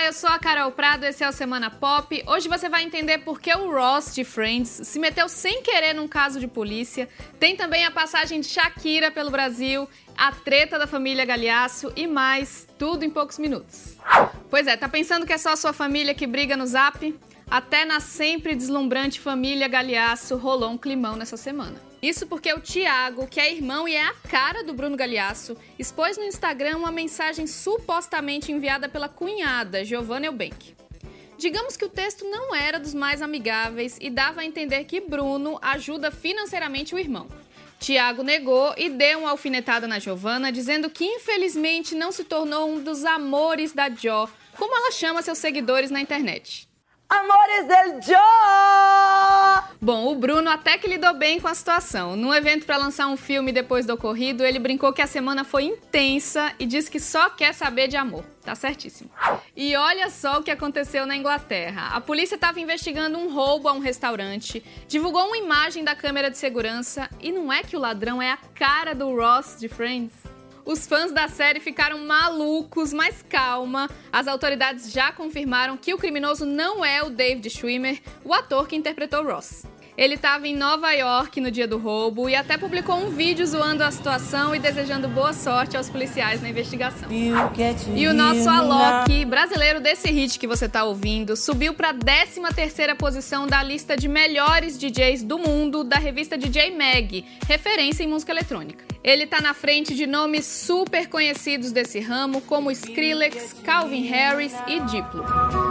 Olá, eu sou a Carol Prado, esse é o Semana Pop. Hoje você vai entender por que o Ross de Friends se meteu sem querer num caso de polícia. Tem também a passagem de Shakira pelo Brasil, a treta da família Galhaço e mais, tudo em poucos minutos. Pois é, tá pensando que é só a sua família que briga no Zap? Até na sempre deslumbrante família Galhaço rolou um climão nessa semana. Isso porque o Thiago, que é irmão e é a cara do Bruno Galhaço, expôs no Instagram uma mensagem supostamente enviada pela cunhada, Giovanna Eubank. Digamos que o texto não era dos mais amigáveis e dava a entender que Bruno ajuda financeiramente o irmão. Thiago negou e deu uma alfinetada na Giovanna, dizendo que infelizmente não se tornou um dos amores da Jo, como ela chama seus seguidores na internet. Amores del Jo! Bom, o Bruno até que lidou bem com a situação. Num evento para lançar um filme depois do ocorrido, ele brincou que a semana foi intensa e disse que só quer saber de amor. Tá certíssimo. E olha só o que aconteceu na Inglaterra. A polícia estava investigando um roubo a um restaurante, divulgou uma imagem da câmera de segurança e não é que o ladrão é a cara do Ross de Friends? Os fãs da série ficaram malucos, mas calma. As autoridades já confirmaram que o criminoso não é o David Schwimmer, o ator que interpretou Ross. Ele estava em Nova York no dia do roubo e até publicou um vídeo zoando a situação e desejando boa sorte aos policiais na investigação. E o nosso Alok, brasileiro desse hit que você está ouvindo, subiu para a 13ª posição da lista de melhores DJs do mundo da revista DJ Mag, referência em música eletrônica. Ele tá na frente de nomes super conhecidos desse ramo, como Skrillex, Calvin Harris e Diplo.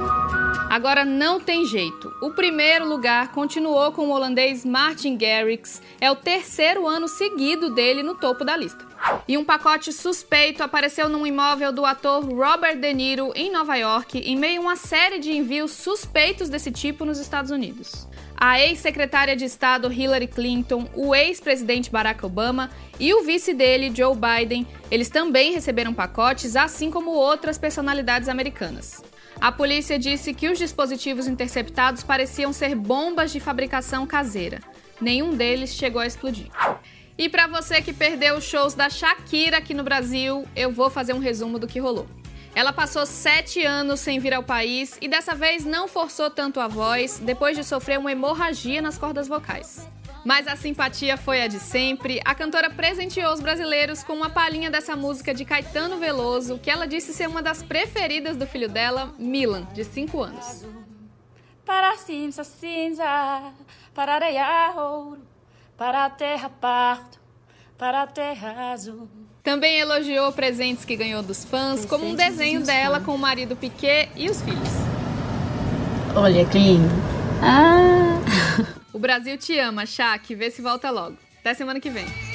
Agora não tem jeito. O primeiro lugar continuou com o holandês Martin Garrix. É o 3º ano seguido dele no topo da lista. E um pacote suspeito apareceu num imóvel do ator Robert De Niro em Nova York, em meio a uma série de envios suspeitos desse tipo nos Estados Unidos. A ex-secretária de Estado Hillary Clinton, o ex-presidente Barack Obama e o vice dele, Joe Biden, eles também receberam pacotes, assim como outras personalidades americanas. A polícia disse que os dispositivos interceptados pareciam ser bombas de fabricação caseira. Nenhum deles chegou a explodir. E para você que perdeu os shows da Shakira aqui no Brasil, eu vou fazer um resumo do que rolou. Ela passou 7 anos sem vir ao país e dessa vez não forçou tanto a voz, depois de sofrer uma hemorragia nas cordas vocais. Mas a simpatia foi a de sempre. A cantora presenteou os brasileiros com uma palhinha dessa música de Caetano Veloso, que ela disse ser uma das preferidas do filho dela, Milan, de 5 anos. Para a cinza, cinza, para a areia ouro, para a terra pardo, para a terra azul. Também elogiou presentes que ganhou dos fãs, como um desenho dela com o marido Piquet e os filhos. Olha que lindo. O Brasil te ama, Shak. Vê se volta logo. Até semana que vem.